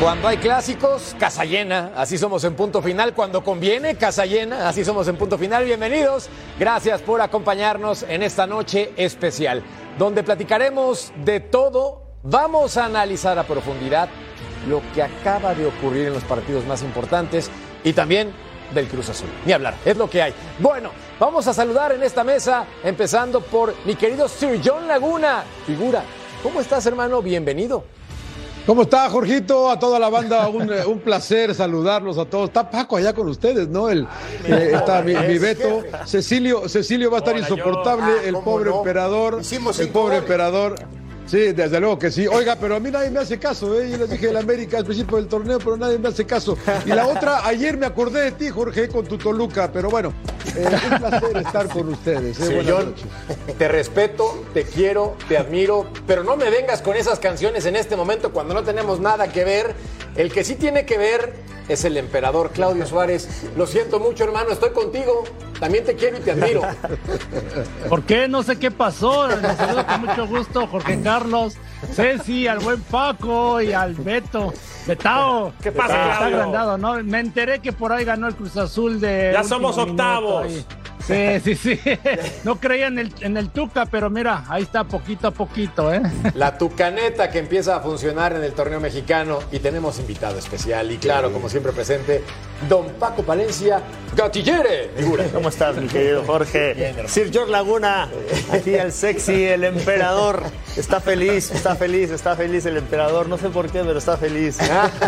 Cuando hay clásicos, casa llena, así somos en Punto Final. Cuando conviene, casa llena, así somos en Punto Final. Bienvenidos, gracias por acompañarnos en esta noche especial, donde platicaremos de todo. Vamos a analizar a profundidad lo que acaba de ocurrir en los partidos más importantes y también del Cruz Azul. Ni hablar, es lo que hay. Bueno, vamos a saludar en esta mesa, empezando por mi querido Sir John Laguna. Figura, ¿cómo estás, hermano? Bienvenido. ¿Cómo está, Jorgito? A toda la banda, un placer saludarlos a todos. Está Paco allá con ustedes, ¿no? Está mi Beto. Cecilio va a estar insoportable, el pobre emperador. El pobre emperador. Sí, desde luego que sí. Oiga, pero a mí nadie me hace caso, ¿eh? Yo les dije el América al principio del torneo, pero nadie me hace caso. Y la otra, ayer me acordé de ti, Jorge, con tu Toluca, pero bueno, un placer estar con ustedes. Sí, John, te respeto, te quiero, te admiro, pero no me vengas con esas canciones en este momento cuando no tenemos nada que ver. El que sí tiene que ver es el emperador Claudio Suárez. Lo siento mucho, hermano, estoy contigo. También te quiero y te admiro. ¿Por qué? No sé qué pasó. Les saludo con mucho gusto, Jorge Carlos, Ceci, al buen Paco y al Beto. Betao. ¿Qué pasa, Está Claudio? agrandado, ¿no? Me enteré que por ahí ganó el Cruz Azul de... Ya somos octavos. Sí. No creía en el Tuca, pero mira, ahí está poquito a poquito, ¿eh? La tucaneta que empieza a funcionar en el torneo mexicano y tenemos invitado especial y claro, como siempre presente, don Paco Palencia Gatillere. Figura. ¿Cómo estás, mi querido Jorge? Bien, Sir George Laguna, aquí el sexy, el emperador. Está feliz el emperador. No sé por qué, pero está feliz.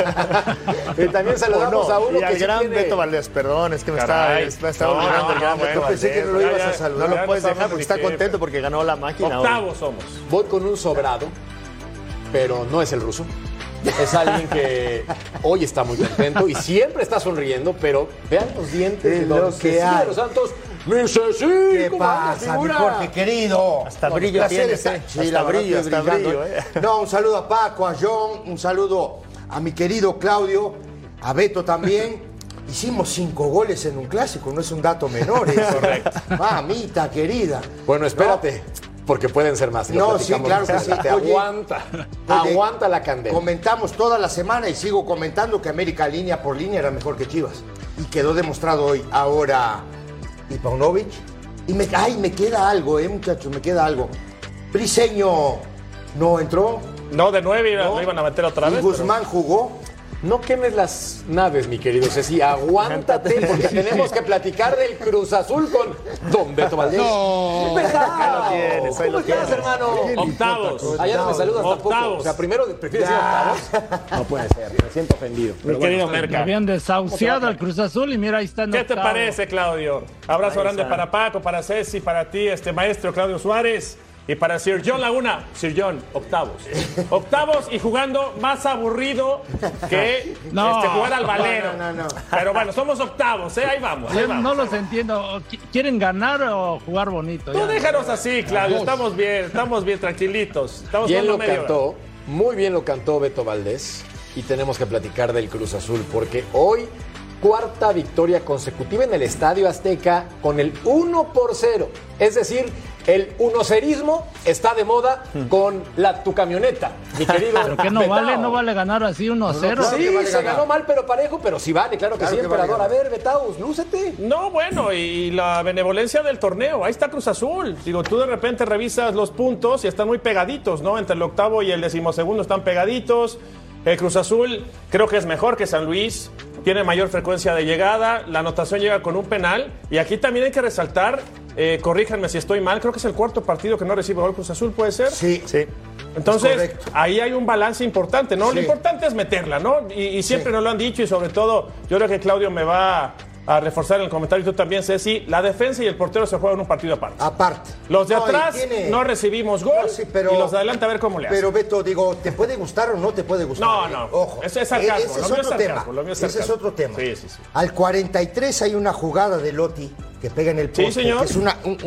Y también saludamos a uno y al que sí gran tiene... Beto Valdés, perdón, es que me Caray. está olvidando el gran Beto pensé que no lo ibas a Valdés. saludar. No lo puedes Ya dejar porque está estamos contento porque ganó la máquina. Octavos somos. Voy con un sobrado, pero no es el ruso. Es alguien que hoy está muy contento y siempre está sonriendo, pero vean los dientes de Es lo don que Cecilio hay. de los Santos. ¡Mi Ceci! ¿Qué ¿Cómo andas, pasa, mi figura? Jorge querido? Hasta No, brillo placer tienes, estar- ¿eh? Sí, Hasta la verdad brillo, estoy hasta brillando, brillo, ¿eh? No, un saludo a Paco, a John, un saludo a mi querido Claudio, a Beto también. Hicimos 5 goles en un clásico, no es un dato menor. Correcto. Mamita querida. Bueno, espérate, porque pueden ser más. Lo No, sí, platicamos claro más que sí. adelante. Oye, Aguanta la candela. Comentamos toda la semana y sigo comentando que América línea por línea era mejor que Chivas. Y quedó demostrado hoy. Ahora, y Paunovic. Y me queda algo, muchachos, me queda algo. Briseño no entró. No, de 9 ¿no? lo iban a meter otra Y vez. Guzmán jugó. No quemes las naves, mi querido Ceci. Aguántate, porque tenemos que platicar del Cruz Azul con don Beto Valdés. No. ¡Pesado! tienes, ahí ¿Cómo lo estás, tienes. hermano? Octavos. Allá no me saludas tampoco. Octavos. O sea, primero, ¿prefieres decir octavos? No puede ser, me siento ofendido. Mi querido Me Merca. habían desahuciado al Cruz Azul y mira, ahí está en ¿Qué te octavo. parece, Claudio? Abrazo grande para Paco, para Ceci, para ti, maestro Claudio Suárez. Y para Sir John Laguna, Sir John, octavos. Octavos y jugando más aburrido que No. jugar al valero. No. Pero bueno, somos octavos, ¿eh? Ahí vamos. Yo no los entiendo. ¿Quieren ganar o jugar bonito? Tú Ya. déjanos así, Claudio. Estamos bien, tranquilitos. Estamos Bien jugando lo medio. cantó, muy bien lo cantó Beto Valdés. Y tenemos que platicar del Cruz Azul, porque hoy, cuarta victoria consecutiva en el Estadio Azteca con el 1-0. Es decir, el unocerismo está de moda con la tu camioneta, mi querido. ¿Pero qué no Betao. vale? ¿No vale ganar así 1-0? claro Sí, que vale se ganar. ganó mal pero parejo, pero sí vale, claro que Claro sí, que vale emperador. A ganar. ver, Betaus, lúcete. No, bueno, y la benevolencia del torneo. Ahí está Cruz Azul. Digo, tú de repente revisas los puntos y están muy pegaditos, ¿no? Entre el octavo y el 12º están pegaditos. El Cruz Azul creo que es mejor que San Luis. Tiene mayor frecuencia de llegada. La anotación llega con un penal. Y aquí también hay que resaltar, corríjanme si estoy mal, creo que es el cuarto partido que no recibe gol Cruz Azul, ¿puede ser? Sí. Entonces, correcto. ahí hay un balance importante, ¿no? Sí. Lo importante es meterla, ¿no? Y siempre Sí. nos lo han dicho y sobre todo, yo creo que Claudio me va a reforzar en el comentario y tú también, Ceci, la defensa y el portero se juegan un partido aparte. Aparte. Los de No, y atrás tiene- no recibimos gol No, sí, pero- y los de adelante a ver cómo le hacen. Pero Beto, digo, ¿te puede gustar o no te puede gustar? No, no. Ojo. Ese es sarcasmo. Ese Lo es mío otro es tema. sarcasmo, lo mío es Ese es sarcasmo. otro tema. Sí. Al 43 hay una jugada de Lotti que pega en el poste. señor. Que es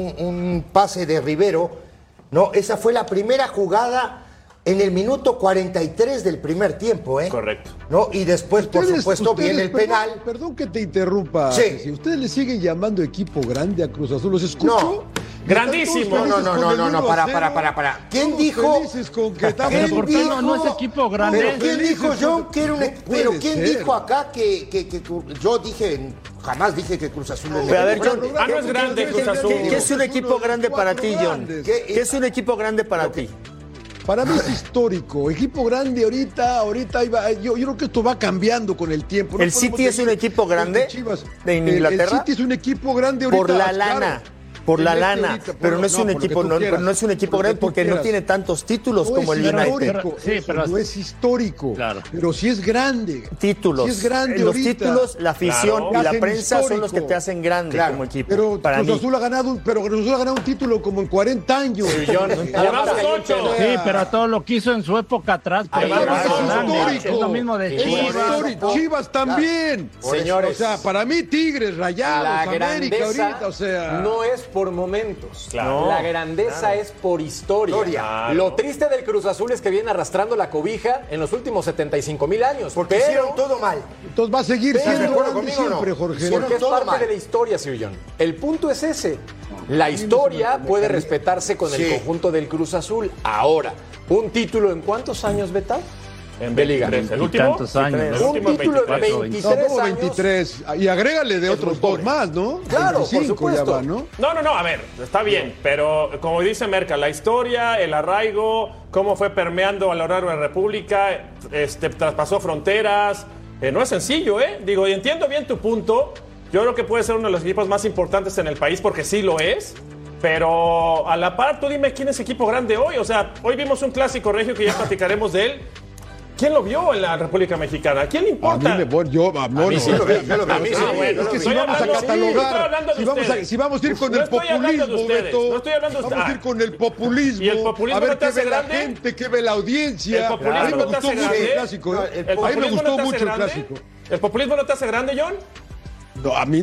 un pase de Rivero. No, esa fue la primera jugada en el minuto 43 del primer tiempo, ¿eh? Correcto. ¿No? Y después, por supuesto, viene el penal. Perdón que te interrumpa. Sí. Si ustedes le siguen llamando equipo grande a Cruz Azul, los escucho. Grandísimo. No, para. ¿Quién dijo? Felices con que estamos Pero ¿por qué no es equipo grande? Pero ¿quién dijo, John, que era un No puede Pero ¿quién ser. dijo acá que yo dije, jamás dije que Cruz Azul es Pero a ver, John, no es grande Cruz Azul. ¿Qué es un equipo grande para ti, John? Grandes. ¿Qué es un equipo grande para ti? Para mí es histórico. Equipo grande ahorita ahí va. Yo creo que esto va cambiando con el tiempo. ¿El City es un equipo grande de Inglaterra? El City es un equipo grande ahorita. Por la claro. lana. Por la lana, pero no es un equipo, no es un equipo grande porque no tiene tantos títulos como el United. No es histórico, Claro. pero sí es grande. Títulos. Sí es grande Los ahorita. títulos, la afición Claro. y la Hacen prensa son histórico. los que te hacen grande Claro. como equipo. Pero para Cruz mí. Azul ha ganado un título como en 40 años. Llevamos 8. Sí, pero todo lo que hizo en su época atrás, pero Además, ya es es grande. histórico. Es lo mismo de Es Chivas. histórico. Chivas también. Señores. O sea, para mí Tigres, Rayados, La América grandeza ahorita, o sea. no es por momentos. Claro. La grandeza es por historia. Claro. Lo triste del Cruz Azul es que viene arrastrando la cobija en los últimos 75,000 años. Porque pero, hicieron todo mal. Entonces va a seguir Pero- siendo ¿de acuerdo grande conmigo o no? siempre, Jorge. Hicieron porque es todo parte mal. de la historia, Sir John. El punto es ese. La historia puede respetarse con el Sí. conjunto del Cruz Azul. Ahora, ¿un título en cuántos años, Beta? En de liga. 23. ¿El Y último? tantos años. El Un último en título en 24. 23 No, años. 23. Y agrégale de otros muy dos más, ¿no? Claro, por 25 ya supuesto. va, ¿no? No, a ver, está bien, pero como dice Merca, la historia, el arraigo, cómo fue permeando a lo largo de la República, traspasó fronteras, no es sencillo, ¿eh? Digo, y entiendo bien tu punto, yo creo que puede ser uno de los equipos más importantes en el país porque sí lo es, pero a la par, tú dime quién es equipo grande hoy, o sea, hoy vimos un clásico regio que ya platicaremos de él. ¿Quién lo vio en la República Mexicana? ¿A quién le A mí importa? no, mí sí lo vi, yo lo vi. A mí sí, bueno, Es que si estoy vamos a hablando- estoy catalogar, hablando de si vamos ustedes. a ir con No el estoy hablando de populismo, ustedes, Beto, no estoy hablando de vamos a ir ustedes. con el populismo, ¿Y el populismo a ver no te qué hace ve la grande? gente, qué ve la audiencia. ¿El populismo A mí me no te gustó hace mucho grande? el clásico, ¿eh? No, A mí me populismo gustó no te hace mucho el grande? clásico. ¿El populismo no te hace grande, John? No, a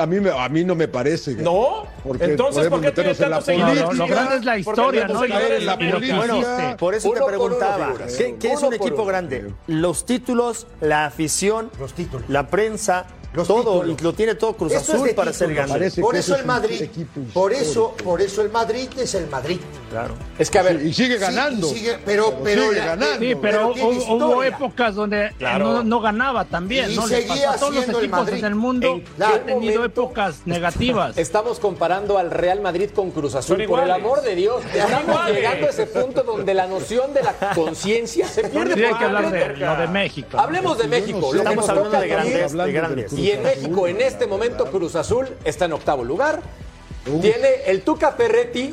mí no me parece. ¿No? Porque Entonces, ¿por qué podemos tiene meternos tantos en la seguidores? Lo grande es la historia, ¿no? Porque caer en la Y lo que política. hiciste. Por eso Uno te por uno, preguntaba, figuras. ¿qué es Uno un por equipo uno. grande? Los títulos, la afición, Los títulos. la prensa, Los todo, títulos. y lo tiene todo Cruz Esto es Azul de para ser títulos. grande. Parece Por que eso ese el es un Madrid, equipo por histórico. eso el Madrid es el Madrid. Claro. Es que, a ver, Y sigue Sí, ganando. pero sigue ganando. Sí, pero tiene hubo historia. épocas donde Claro. no ganaba también, Y ¿no? Le seguía pasó a todos los siendo el equipos Madrid. en el mundo ¿En que han qué tenido momento épocas negativas. estamos comparando al Real Madrid con Cruz Azul. Son Por el iguales. amor de Dios, estamos iguales. llegando a ese punto donde la noción de la conciencia se pierde. Sí, hay por que hablar de completo. lo de México. Hablemos de México. sé. Lo que Estamos nos hablando toca de aquí grandes, hablando de del grandes. Cruz Y en Azul. México, en este momento, Cruz Azul está en octavo lugar. Tiene el Tuca Ferretti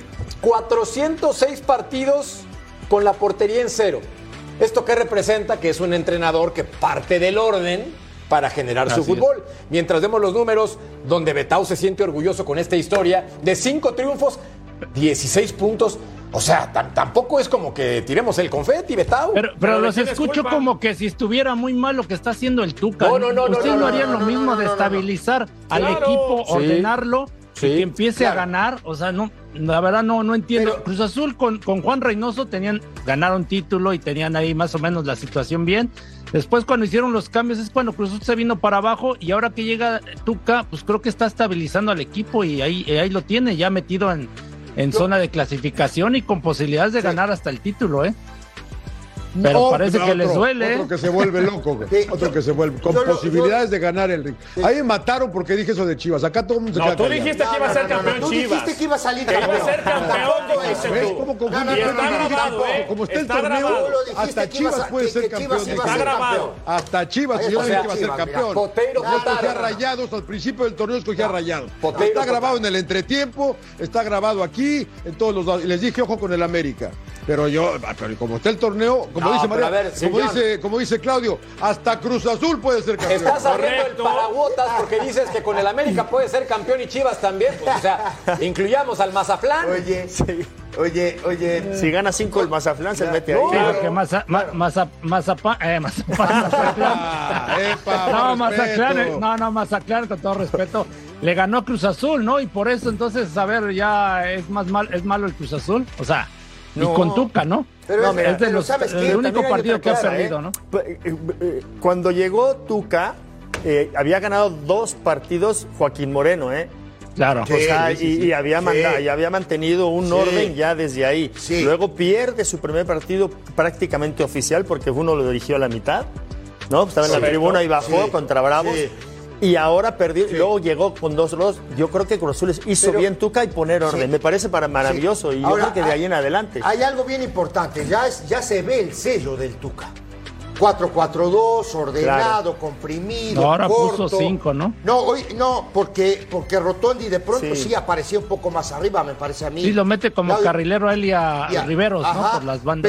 406 partidos con la portería en cero. ¿Esto qué representa? Que es un entrenador que parte del orden para generar su Así es. fútbol. Mientras vemos los números, donde Betao se siente orgulloso con esta historia de 5 triunfos, 16 puntos. O sea, tampoco es como que tiremos el confeti, Betao. Pero Pero los ¿de quién es escucho culpa? como que si estuviera muy mal lo que está haciendo el Tuca. No, Ustedes no harían no, lo mismo no, de no, no. estabilizar al Claro. equipo, Sí. ordenarlo Sí, y que empiece claro. a ganar. O sea, no, la verdad no entiendo. Pero- Cruz Azul con Juan Reynoso ganaron título y tenían ahí más o menos la situación bien. Después cuando hicieron los cambios es cuando Cruz Azul se vino para abajo y ahora que llega Tuca, pues creo que está estabilizando al equipo y ahí lo tiene ya metido en zona de clasificación y con posibilidades de ganar hasta el título, ¿eh? Pero No, parece que les duele. Otro que se vuelve loco, güey. Sí, Otro que se vuelve. Con yo lo- posibilidades de ganar el ring. Ahí me mataron porque dije eso de Chivas. Acá todo el mundo se No, queda tú callado. dijiste que iba a ser campeón Tú Chivas. dijiste que iba a salir Que iba a campeón. ser campeón, Tampoco dijiste eso. ¿Ves tú. cómo confunde? No, no, Y está no, no, grabado, tampoco. ¿eh? Como está el Está torneo, grabado. Tú lo dijiste hasta que ibas Chivas a- puede que ser Chivas campeón. iba a Está ser grabado. campeón. Hasta Chivas, Ahí yo está, dije que iba a ser Chivas, mira, campeón. Poteiro, Yo Potaro. escogía Rayados, al principio del torneo escogía Rayados. Poteiro, Está grabado Potaro. en el entretiempo, está grabado aquí, en todos los lados. Y les dije, ojo con el América. Pero como está el torneo, como No, dice pero María, a ver, como dice Claudio, hasta Cruz Azul puede ser campeón. Estás abriendo el Correcto. paraguotas porque dices que con el América puede ser campeón y Chivas también. Pues, o sea, incluyamos al Mazatlán. Oye. Si gana 5 el Mazatlán, se mete ahí. No, Sí, Claro. porque Mazatlán. Epa, No, más Mazatlán, respeto. Mazatlán, con todo respeto, le ganó Cruz Azul, ¿no? Y por eso entonces, a ver, ya es malo el Cruz Azul. O sea, No. y con Tuca, ¿no? Pero No, es- mira, Es de pero los, ¿sabes qué? el único También hay partido otra que ha cosa, perdido, ¿no? Cuando llegó Tuca, había ganado 2 partidos Joaquín Moreno, ¿eh? Claro. O sea, y había mantenido un orden ya desde ahí. Sí. Luego pierde su primer partido prácticamente oficial porque uno lo dirigió a la mitad, ¿no? Estaba en la tribuna y bajó contra Bravos. Sí. Y ahora perdió, luego llegó con 2-2. Yo creo que Cruz Azul hizo bien Tuca y poner orden. Me parece maravilloso. Y ahora, yo creo que de ahí en adelante. Hay algo bien importante. Ya se ve el sello del Tuca. 4-4-2, ordenado, comprimido, ahora corto. puso 5, ¿no? No, hoy no, porque Rotondi de pronto sí aparecía un poco más arriba, me parece a mí. Sí, lo mete como carrilero a él y a Riveros, ¿no? Por las bandas.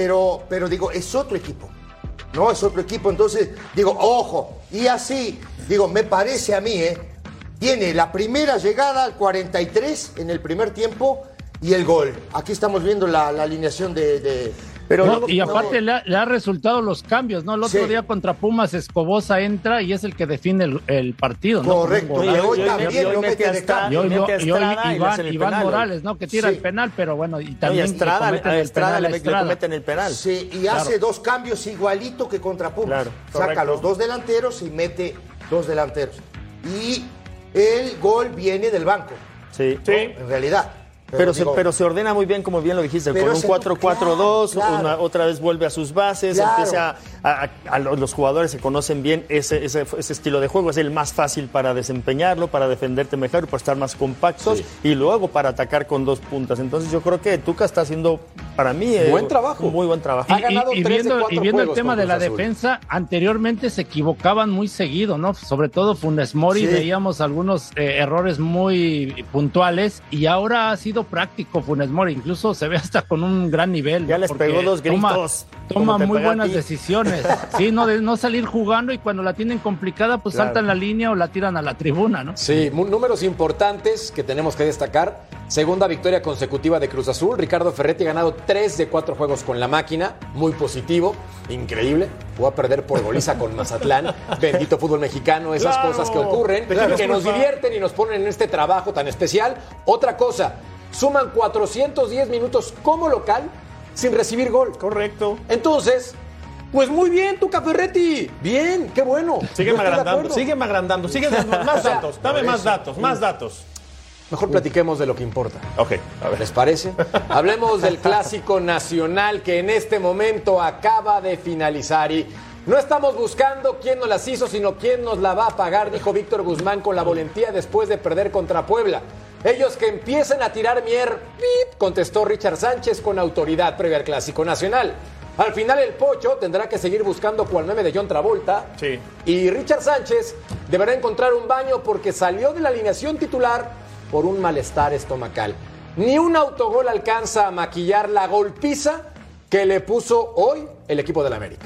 Pero digo, es otro equipo. No, es otro equipo. Entonces, digo, ojo. Y así, digo, me parece a mí, tiene la primera llegada al 43 en el primer tiempo y el gol. Aquí estamos viendo la alineación de Pero no, y aparte le ha resultado los cambios, ¿no? El otro día contra Pumas, Escobosa entra y es el que define el partido, ¿no? Correcto. Y hoy también lo mete de cambio. Y hoy Iván Morales, ¿no? Que tira el penal, pero bueno, y también Estrada le cometen el penal. Sí, y hace 2 cambios igualito que contra Pumas. Claro, saca los 2 delanteros y mete 2 delanteros. Y el gol viene del banco. Sí. En realidad. Pero se ordena muy bien, como bien lo dijiste, con un 4-4-2, otra vez vuelve a sus bases, empieza los jugadores se conocen bien ese estilo de juego, es el más fácil para desempeñarlo, para defenderte mejor, para estar más compactos y luego para atacar con 2 puntas. Entonces yo creo que Tuca está haciendo, para mí, buen trabajo. Muy buen trabajo. Ha ganado 3 de 4 y viendo el tema de la Azul. defensa, anteriormente se equivocaban muy seguido, ¿no? Sobre todo Funes Mori, veíamos algunos errores muy puntuales y ahora ha sido práctico Funes Mori, incluso se ve hasta con un gran nivel. Ya les pegó 2 gritos. Toma muy buenas decisiones. Sí, no salir jugando y cuando la tienen complicada, pues saltan la línea o la tiran a la tribuna, ¿no? Sí, números importantes que tenemos que destacar. Segunda victoria consecutiva de Cruz Azul. Ricardo Ferretti ha ganado 3 de 4 juegos con la máquina. Muy positivo, increíble. Fue a perder por goliza con Mazatlán. Bendito fútbol mexicano, esas cosas que ocurren, que nos divierten y nos ponen en este trabajo tan especial. Otra cosa, suman 410 minutos como local sin recibir gol. Correcto. Entonces, pues muy bien, Tuca Ferretti. Bien, qué bueno. Sigue agrandando. Sigue más datos. Dame más datos. Mejor platiquemos de lo que importa. Ok, a ver. ¿Les parece? Hablemos del Clásico Nacional que en este momento acaba de finalizar y no estamos buscando quién nos las hizo, sino quién nos la va a pagar, dijo Víctor Guzmán con la valentía después de perder contra Puebla. Ellos que empiecen a tirar contestó Richard Sánchez con autoridad previa al Clásico Nacional. Al final el Pocho tendrá que seguir buscando cual meme de John Travolta. Sí. Y Richard Sánchez deberá encontrar un baño porque salió de la alineación titular por un malestar estomacal. Ni un autogol alcanza a maquillar la golpiza que le puso hoy el equipo del América.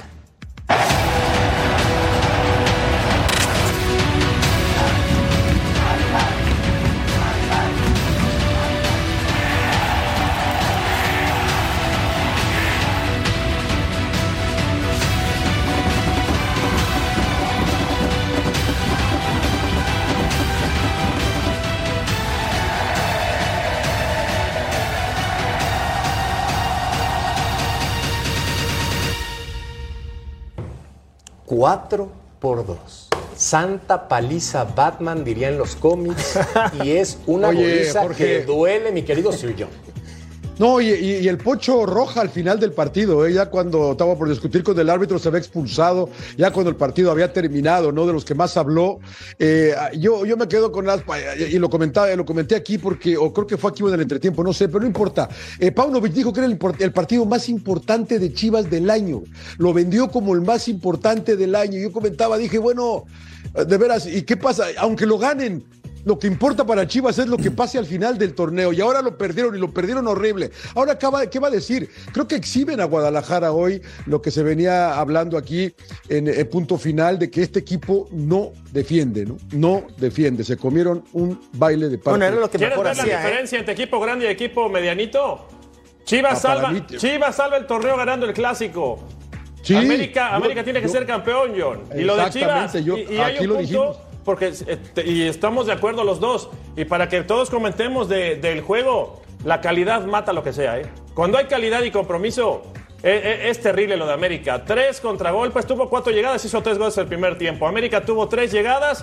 Cuatro por 2. Santa paliza Batman, dirían los cómics, y es una goliza que duele, mi querido Sir John. No, y el Pocho roja al final del partido, ya cuando estaba por discutir con el árbitro se ve expulsado, ya cuando el partido había terminado, ¿no? De los que más habló. Yo me quedo con y lo comenté aquí porque, o creo que fue aquí en el entretiempo, no sé, pero no importa. Paunovic dijo que era el partido más importante de Chivas del año. Lo vendió como el más importante del año. Yo comentaba, dije, bueno, de veras, ¿y qué pasa? Aunque lo ganen, lo que importa para Chivas es lo que pase al final del torneo, y ahora lo perdieron, y lo perdieron horrible. Ahora, ¿qué va a decir? Creo que exhiben a Guadalajara hoy lo que se venía hablando aquí en punto final, de que este equipo no defiende, ¿no? No defiende, se comieron un baile de parte. Bueno, era lo que ¿Quieres mejor ver la hacía, diferencia entre equipo grande y equipo medianito? Chivas salva el torneo ganando el Clásico. Sí, América tiene que ser campeón, John. Y lo de Chivas, y hay aquí un lo punto, dijimos. porque y estamos de acuerdo los dos, y para que todos comentemos del juego, la calidad mata lo que sea, ¿eh? Cuando hay calidad y compromiso, es terrible lo de América. 3 contragolpes, tuvo 4 llegadas, hizo 3 goles el primer tiempo. América tuvo 3 llegadas,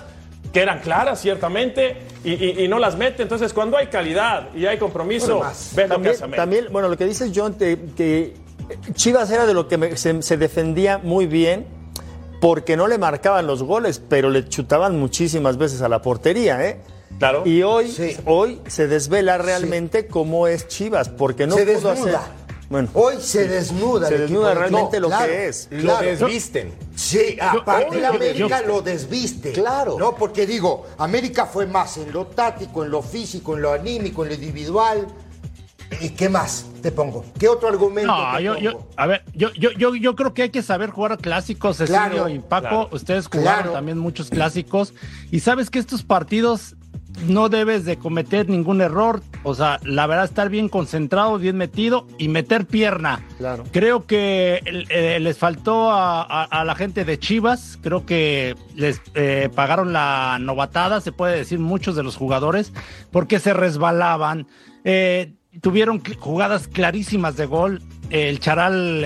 que eran claras ciertamente y no las mete. Entonces, cuando hay calidad y hay compromiso, ves lo que hace América. También, bueno, lo que dices, John, que Chivas era de lo que se defendía muy bien porque no le marcaban los goles, pero le chutaban muchísimas veces a la portería, ¿eh? Claro. Y hoy se desvela realmente cómo es Chivas, porque no pudo hacer... Bueno, hoy se desnuda. Se desnuda realmente lo que es. Lo desvisten. Sí, aparte de América lo desviste. Claro. No, porque digo, América fue más en lo táctico, en lo físico, en lo anímico, en lo individual. ¿Y qué más te pongo? ¿Qué otro argumento yo creo que hay que saber jugar a clásicos, Cecilio y Paco. Ustedes jugaron también muchos clásicos. Y sabes que estos partidos no debes de cometer ningún error, o sea, la verdad, estar bien concentrado, bien metido y meter pierna. Claro. Creo que les faltó a la gente de Chivas, creo que les pagaron la novatada, se puede decir, muchos de los jugadores, porque se resbalaban, tuvieron jugadas clarísimas de gol. El Charal,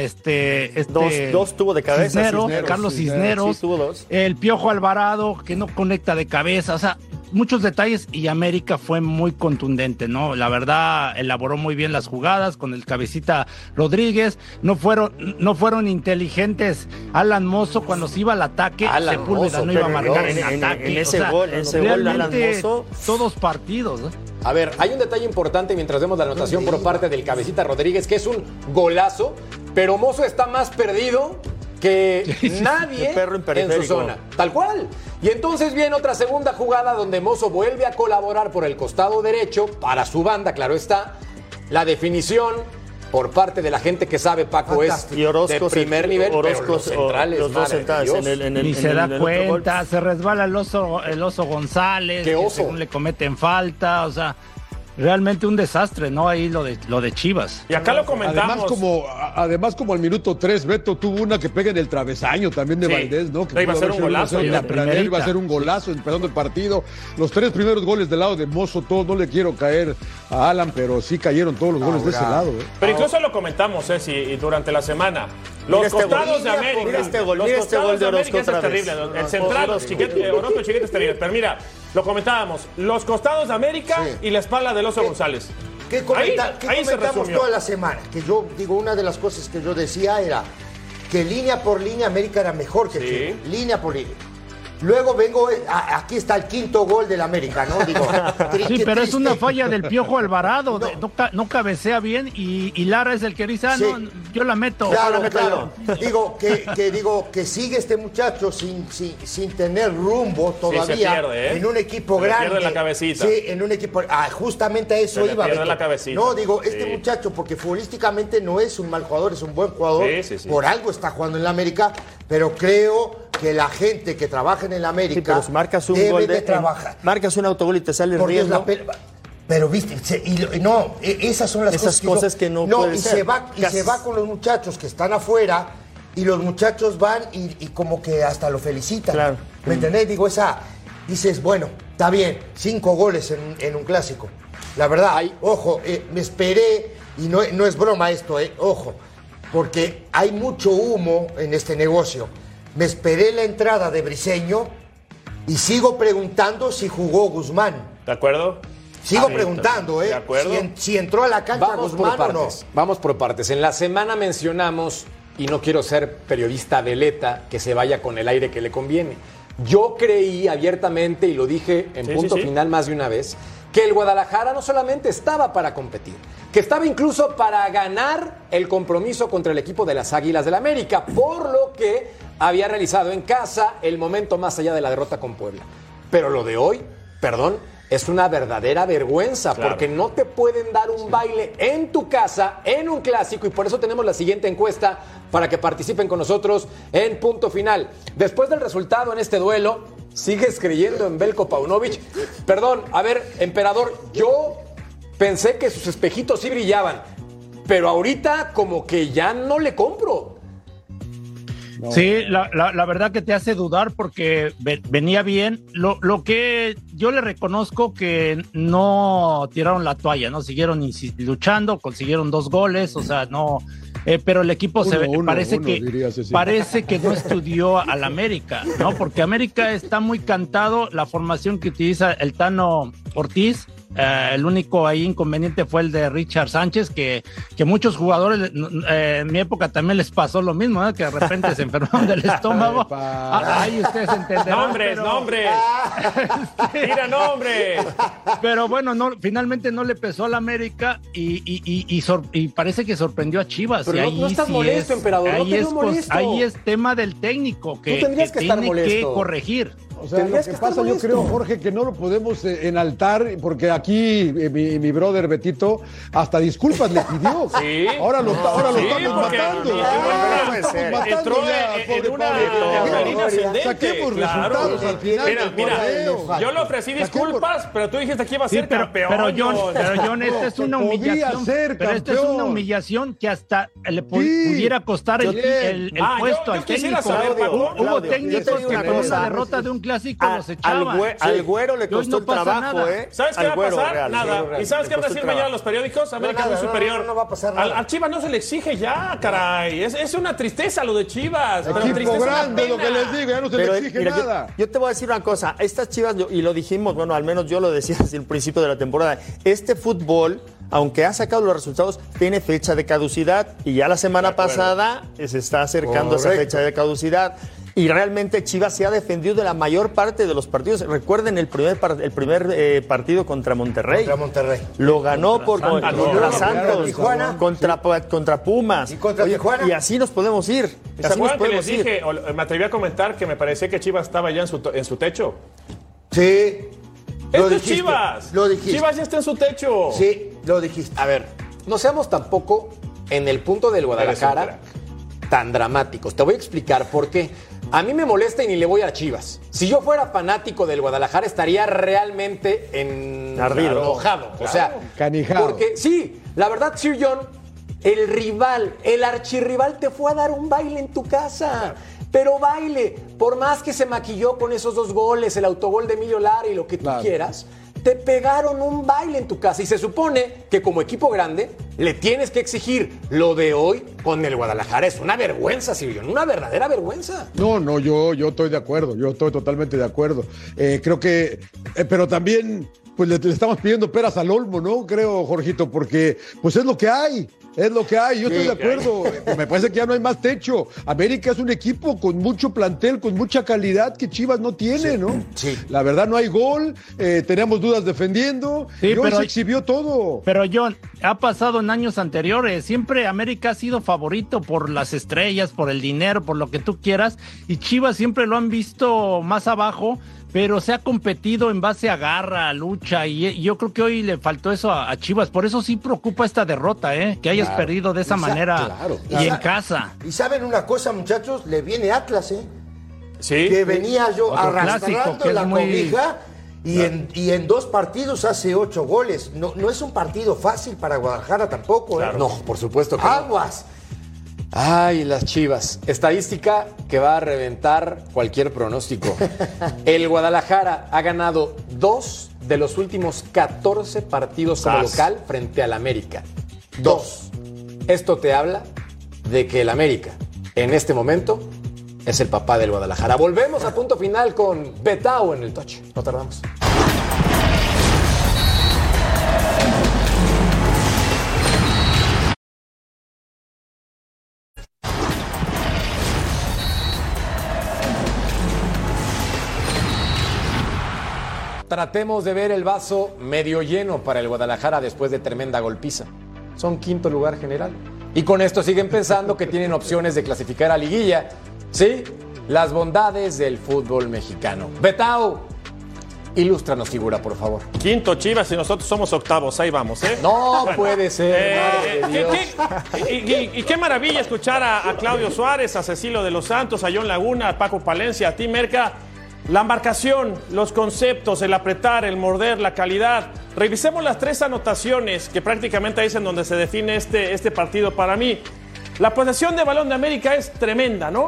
dos tuvo de cabeza. Carlos Cisneros, sí, tuvo dos. El Piojo Alvarado, que no conecta de cabeza, o sea, muchos detalles, y América fue muy contundente, ¿no? La verdad, elaboró muy bien las jugadas con el Cabecita Rodríguez, no fueron inteligentes. Alan Mozo, cuando se iba al ataque, Sepúlveda no iba a marcar en ataque. En ese gol, Alan Mozo. Todos partidos, ¿no? A ver, hay un detalle importante mientras vemos la anotación por parte del Cabecita Rodríguez, que es un golazo, pero Mozo está más perdido que nadie en su zona. Tal cual. Y entonces viene otra segunda jugada donde Mozo vuelve a colaborar por el costado derecho, para su banda, claro está. La definición por parte de la gente que sabe, Paco, fantástico. Es Orozco, de primer nivel, Orozco, pero los centrales, los dos centrales ni se da cuenta, se resbala el oso González, ¿Qué oso? Que según le cometen falta, o sea, realmente un desastre, ¿no? Ahí lo de Chivas. Y acá lo comentamos. Además, como al minuto 3, Beto tuvo una que pega en el travesaño también de Valdés, ¿no? Que iba a ser un golazo. Iba a ser un golazo empezando el partido. Los 3 primeros goles del lado de Mozo, todos, no le quiero caer a Alan, pero sí cayeron todos los goles de ese lado. Pero incluso lo comentamos, y durante la semana. Los costados de América. Mira este gol de Orozco otra vez. El central, Orozco Chiquete es terrible. Pero mira, lo comentábamos. Los costados de América y la espalda del Oso González. ¿Qué comentamos toda la semana? Que yo digo, una de las cosas que yo decía era que línea por línea América era mejor que Chivas. Línea por línea. Luego vengo, aquí está el quinto gol del América, ¿no? Digo, sí, pero es una falla del Piojo Alvarado, no cabecea bien y Lara es el que dice, no, yo la meto. Claro. Digo que sigue este muchacho sin tener rumbo todavía, se pierde, en un equipo grande. Pierde la cabecita. Sí, en un equipo, justamente a eso iba. Pierde la cabecita. No, digo, este muchacho, porque futbolísticamente no es un mal jugador, es un buen jugador. Sí. Por algo está jugando en la América, pero creo que la gente que trabaja en el América marcas un debe gol de trabajar. Marcas un autogol y te sale el riesgo. Pero viste, esas son las cosas que no pueden ser. Y se va con los muchachos que están afuera y los muchachos van y como que hasta lo felicitan. Claro. ¿Me entendés? Digo, dices, bueno, está bien, 5 goles en un clásico. La verdad, ojo, me esperé, y no es broma esto, ojo, porque hay mucho humo en este negocio. Me esperé la entrada de Briseño y sigo preguntando si jugó Guzmán. ¿De acuerdo? Sigo preguntando, ¿De acuerdo? Si entró a la cancha Guzmán o no. Vamos por partes. En la semana mencionamos, y no quiero ser periodista veleta, que se vaya con el aire que le conviene. Yo creí abiertamente, y lo dije en punto final más de una vez, que el Guadalajara no solamente estaba para competir, que estaba incluso para ganar el compromiso contra el equipo de las Águilas del América, por lo que había realizado en casa el momento más allá de la derrota con Puebla. Pero lo de hoy, es una verdadera vergüenza, porque no te pueden dar un baile en tu casa, en un clásico, y por eso tenemos la siguiente encuesta para que participen con nosotros en Punto Final. Después del resultado en este duelo, ¿sigues creyendo en Belko Paunovic? Perdón, a ver, emperador, yo pensé que sus espejitos sí brillaban, pero ahorita como que ya no le compro. No. Sí, la verdad que te hace dudar porque venía bien. Lo que yo le reconozco que no tiraron la toalla, ¿no? Siguieron luchando, consiguieron 2 goles, o sea, no... pero el equipo parece que no estudió al América, ¿no? Porque América está muy cantado, la formación que utiliza el Tano Ortiz. El único ahí inconveniente fue el de Richard Sánchez, que muchos jugadores en mi época también les pasó lo mismo, ¿no? Que de repente se enfermaron del estómago. Ahí ustedes entenderán. ¡Nombres! ¡Mira, nombres! Pero bueno, finalmente no le pesó al América y parece que sorprendió a Chivas. Pero y ahí no estás molesto, emperador. No te veo molesto. Ahí es tema del técnico que tiene que corregir. O sea, lo que pasa, yo creo, Jorge, que no lo podemos enaltar, porque aquí mi brother Betito hasta disculpas le pidió. Sí. Ahora lo estamos matando. Entró en una línea ascendente. Saquemos resultados al final. Mira, yo le ofrecí disculpas, pero tú dijiste que iba a ser campeón. Pero John, esta es una humillación. Pero esta es una humillación que hasta le pudiera costar el puesto al técnico. Hubo técnicos que con una derrota de un clásico los echaban. Al Güero le costó el trabajo, ¿eh? ¿Sabes qué va a pasar? Nada. ¿Y sabes qué van a decir mañana los periódicos? América es muy superior. No va a pasar nada. A Chivas no se le exige ya, caray. Es una tristeza lo de Chivas. Equipo grande, lo que les digo, ya no se le exige nada. Yo te voy a decir una cosa. Estas Chivas, y lo dijimos, bueno, al menos yo lo decía desde el principio de la temporada, este fútbol, aunque ha sacado los resultados, tiene fecha de caducidad y ya la semana pasada se está acercando esa fecha de caducidad. Y realmente Chivas se ha defendido de la mayor parte de los partidos. Recuerden el primer partido contra Monterrey. Lo ganó contra Santos, contra Pumas. ¿Y contra Tijuana? Y así nos podemos ir. ¿Se acuerdan que les dije, o me atreví a comentar que me parecía que Chivas estaba ya en su techo? Sí. ¡Esto es Chivas! Lo dijiste. Chivas ya está en su techo. Sí, lo dijiste. A ver, no seamos tampoco en el punto del Guadalajara tan dramáticos. Te voy a explicar por qué. A mí me molesta y ni le voy a Chivas. Si yo fuera fanático del Guadalajara estaría realmente enojado. Claro. O sea, canijado. Porque sí, la verdad, Sir John, el archirrival te fue a dar un baile en tu casa. Pero baile, por más que se maquilló con esos 2 goles, el autogol de Emilio Lara y lo que tú quieras, te pegaron un baile en tu casa. Y se supone que como equipo grande le tienes que exigir lo de hoy con el Guadalajara. Es una vergüenza, Silvio, una verdadera vergüenza. No, yo estoy de acuerdo, yo estoy totalmente de acuerdo. Creo que, pero también, pues le estamos pidiendo peras al olmo, ¿no? Creo, Jorgito, porque pues es lo que hay. Es lo que hay, yo estoy de acuerdo. Me parece que ya no hay más techo. América es un equipo con mucho plantel, con mucha calidad que Chivas no tiene, ¿no? Sí. La verdad no hay gol, teníamos dudas defendiendo, y hoy se exhibió todo. Pero John, ha pasado en años anteriores, siempre América ha sido favorito por las estrellas, por el dinero, por lo que tú quieras, y Chivas siempre lo han visto más abajo, pero se ha competido en base a garra, a lucha, y yo creo que hoy le faltó eso a Chivas. Por eso sí preocupa esta derrota, que hayas perdido de esa manera y en casa. Y saben una cosa, muchachos, le viene Atlas, Sí. Que venía yo otro arrastrando clásico, la cobija y en 2 partidos hace 8 goles. No es un partido fácil para Guadalajara tampoco, Claro. No, por supuesto que no. Aguas. Ay, las Chivas. Estadística que va a reventar cualquier pronóstico. El Guadalajara ha ganado 2 de los últimos 14 partidos como local frente al América. 2. Esto te habla de que el América, en este momento, es el papá del Guadalajara. Volvemos a punto final con Betao en el Touch. No tardamos. Tratemos de ver el vaso medio lleno para el Guadalajara después de tremenda golpiza. Son 5º lugar general. Y con esto siguen pensando que tienen opciones de clasificar a liguilla. Sí, las bondades del fútbol mexicano. Betao, ilústranos, figura, por favor. 5º Chivas y nosotros somos 8º. Ahí vamos, No puede ser, madre de Dios. Y qué maravilla escuchar a Claudio Suárez, a Cecilio de los Santos, a John Laguna, a Paco Palencia, a ti, Merca. La embarcación, los conceptos, el apretar, el morder, la calidad. Revisemos las 3 anotaciones que prácticamente ahí es en donde se define este partido para mí. La posesión de balón de América es tremenda, ¿no?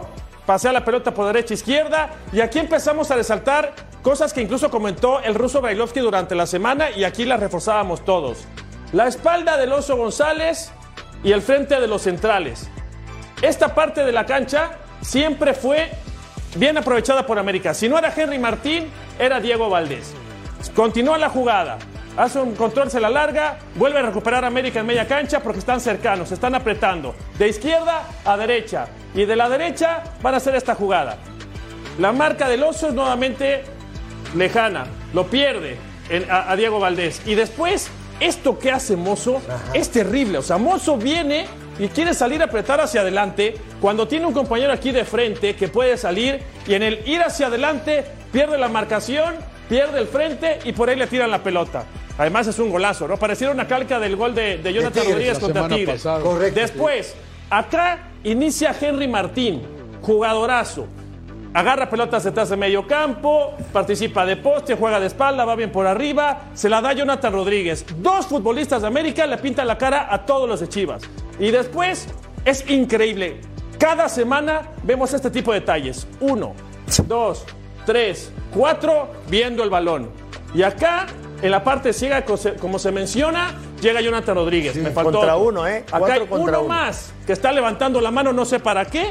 pasea la pelota por derecha izquierda, y aquí empezamos a resaltar cosas que incluso comentó el ruso Brailovsky durante la semana, y aquí las reforzábamos todos. La espalda del Oso González y el frente de los centrales. Esta parte de la cancha siempre fue bien aprovechada por América. Si no era Henry Martín, era Diego Valdés. Continúa la jugada, hace un control, se la larga, vuelve a recuperar América en media cancha porque están cercanos, se están apretando. De izquierda a derecha, y de la derecha van a hacer esta jugada. La marca del Oso es nuevamente lejana, lo pierde a Diego Valdés. Y después, esto que hace Mozo es terrible. O sea, Mozo viene y quiere salir a apretar hacia adelante cuando tiene un compañero aquí de frente que puede salir, y en el ir hacia adelante pierde la marcación, pierde el frente y por ahí le tiran la pelota. Además es un golazo, ¿no? Pareciera una calca del gol de Jonathan Rodríguez contra Tigres. Correcto. Después, acá inicia Henry Martín, jugadorazo. Agarra pelotas detrás de medio campo, participa de poste, juega de espalda, va bien por arriba, se la da Jonathan Rodríguez. 2 futbolistas de América le pintan la cara a todos los de Chivas. Y después, es increíble. Cada semana vemos este tipo de detalles. 1, 2, 3, 4, viendo el balón. Y acá, en la parte ciega, como se menciona, llega Jonathan Rodríguez. Sí, me faltó contra otro. uno, ¿eh? Acá hay uno más que está levantando la mano, no sé para qué.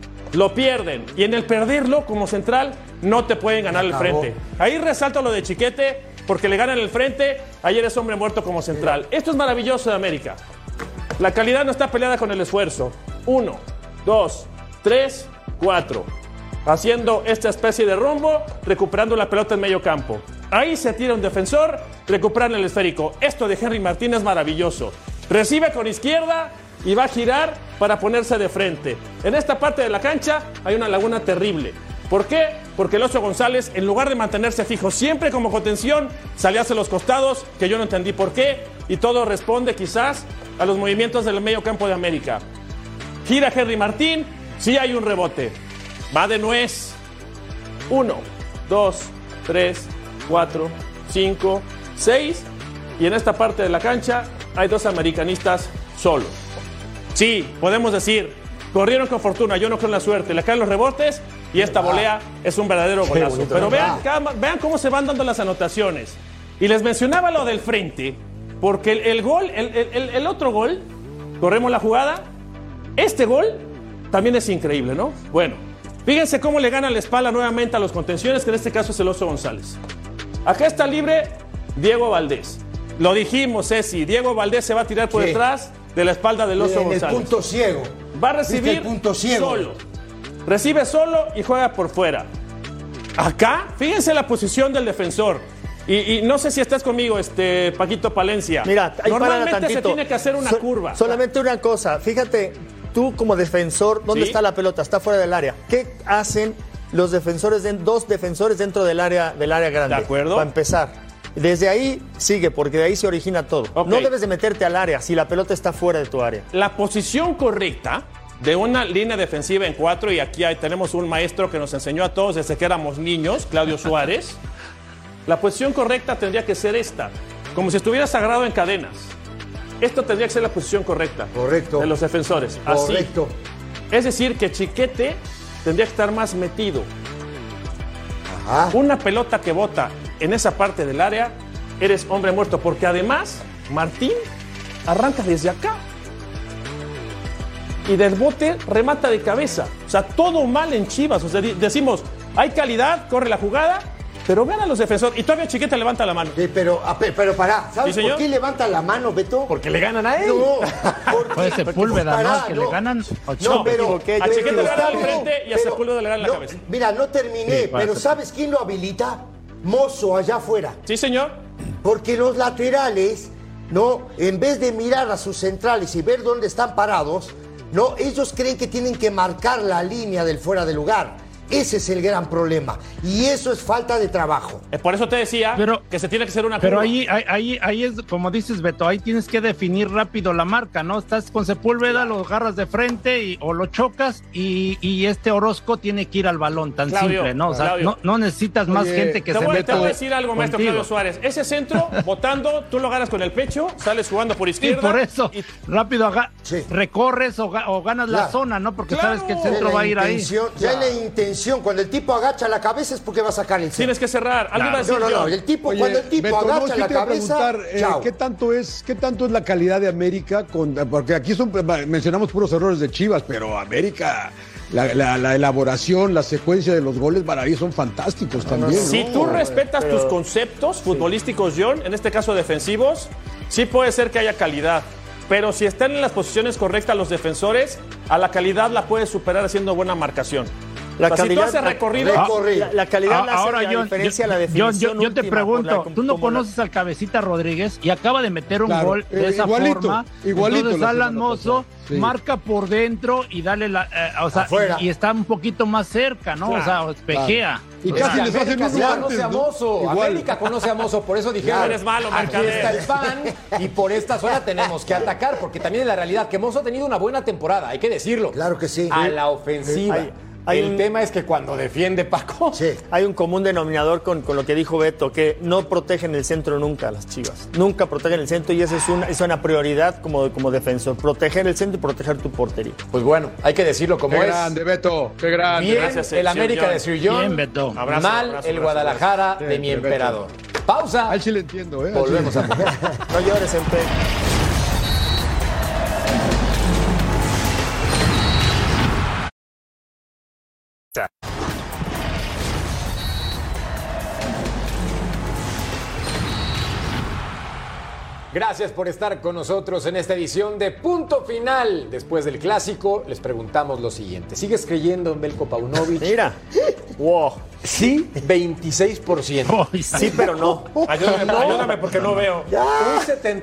Lo pierden. Y en el perderlo como central, no te pueden ganar el frente. Ahí resalto lo de Chiquete, porque le ganan el frente. Ayer es hombre muerto como central. Esto es maravilloso de América. La calidad no está peleada con el esfuerzo. 1, 2, 3, 4. Haciendo esta especie de rombo, recuperando la pelota en medio campo. Ahí se tira un defensor, recuperan el esférico. Esto de Henry Martín es maravilloso. Recibe con izquierda y va a girar para ponerse de frente. En esta parte de la cancha hay una laguna terrible. ¿Por qué? Porque el Oso González, en lugar de mantenerse fijo siempre como contención, salía hacia los costados, que yo no entendí por qué, y todo responde quizás a los movimientos del medio campo de América. Gira Henry Martín, sí hay un rebote. Va de nuez. 1, 2, 3, 4, 5, 6. Y en esta parte de la cancha hay 2 americanistas solos. Sí, podemos decir, corrieron con fortuna, yo no creo en la suerte. Le caen los rebotes y esta volea es un verdadero golazo. Pero vean cómo se van dando las anotaciones. Y les mencionaba lo del frente, porque el gol, el otro gol, corremos la jugada, este gol también es increíble, ¿no? Bueno, fíjense cómo le gana la espalda nuevamente a los contenciones, que en este caso es el Oso González. Acá está libre Diego Valdés. Lo dijimos, Ceci, Diego Valdés se va a tirar por detrás de la espalda del Oso González. En el punto ciego. Va a recibir solo. Recibe solo y juega por fuera. Acá, fíjense la posición del defensor. Y no sé si estás conmigo, Paquito Palencia. Mira, ahí normalmente se tiene que hacer una curva. Solamente una cosa, fíjate, tú como defensor, ¿dónde está la pelota? Está fuera del área. ¿Qué hacen los defensores, 2 defensores dentro del área grande? De acuerdo. Para empezar. Desde ahí sigue, porque de ahí se origina todo. Okay. No debes de meterte al área si la pelota está fuera de tu área. La posición correcta de una línea defensiva en 4, y aquí tenemos un maestro que nos enseñó a todos desde que éramos niños, Claudio Suárez. La posición correcta tendría que ser esta, como si estuvieras agarrado en cadenas. Esto tendría que ser la posición correcta. Correcto. De los defensores. Así. Correcto. Es decir, que Chiquete tendría que estar más metido. Ajá. Una pelota que bota en esa parte del área, eres hombre muerto, porque además Martín arranca desde acá y del bote remata de cabeza. O sea, todo mal en Chivas. O sea, decimos, hay calidad, corre la jugada, pero vean a los defensores. Y todavía Chiquete levanta la mano. Sí, pero pará, ¿sabes ¿Sí, por qué levanta la mano, Beto? Porque le ganan a él. No, Puede ser Sepúlveda, ¿no? Que le ganan. No, pero a Chiquete le ganan al frente y a Sepúlveda le ganan la cabeza. Mira, no terminé, Sí, pero ¿sabes quién lo habilita? Mozo, allá afuera. Sí, señor. Porque los laterales, ¿no? En vez de mirar a sus centrales y ver dónde están parados, no, ellos creen que tienen que marcar la línea del fuera de lugar. Ese es el gran problema. Y eso es falta de trabajo. Por eso te decía que se tiene que hacer una Pero curva. ahí es, como dices, Beto, ahí tienes que definir rápido la marca, ¿no? Estás con Sepúlveda, lo agarras de frente o lo chocas y este Orozco tiene que ir al balón, tan simple, ¿no? O sea, no necesitas más gente que se meta. Te voy a decir algo, maestro Claudio Suárez. Ese centro, botando, tú lo agarras con el pecho, sales jugando por izquierda. Y por eso, rápido recorres o ganas la zona, ¿no? Porque sabes que el centro va a ir ahí. Ya hay la intención. Cuando el tipo agacha la cabeza es porque va a sacar el centro. Tienes que cerrar. No. El tipo, cuando el tipo Beto, agacha la cabeza, ¿qué tanto es la calidad de América? Porque aquí mencionamos puros errores de Chivas, pero América, la elaboración, la secuencia de los goles para ahí son fantásticos también. Si tú respetas tus conceptos futbolísticos, John, en este caso defensivos, sí puede ser que haya calidad. Pero si están en las posiciones correctas los defensores, a la calidad la puedes superar haciendo buena marcación. La calidad, si tú haces recorrido, la calidad la hace la diferencia, la definición. Yo te pregunto, tú no conoces al Cabecita Rodríguez y acaba de meter un gol de esa forma. Entonces Alan Mozo marca por dentro y dale y está un poquito más cerca, ¿no? Claro, o sea, espejea. Y casi les hacen un conoce a Mozo. América conoce a Mozo, por eso dijeron, eres malo, aquí está el pan y por esta zona tenemos que atacar, porque también es la realidad que Mozo ha tenido una buena temporada, hay que decirlo. Claro que sí. A la ofensiva. El tema es que cuando defiende Paco... Hay un común denominador con lo que dijo Beto, que no protegen el centro nunca las Chivas. Nunca protegen el centro y esa es una prioridad como defensor. Proteger el centro y proteger tu portería. Pues bueno, hay que decirlo como qué es. Qué grande, Beto, qué grande. Bien, gracias, el América de Sir John. Bien, Beto. Mal el Guadalajara de mi emperador. Pausa. Ahí sí le entiendo, ¿eh? Volvemos a jugar. No llores, Empe. Gracias por estar con nosotros en esta edición de Punto Final. Después del clásico, les preguntamos lo siguiente. ¿Sigues creyendo en Belko Paunovic? Mira. Wow. Sí, 26%. Sí, pero no. Ayúdame porque no veo. Un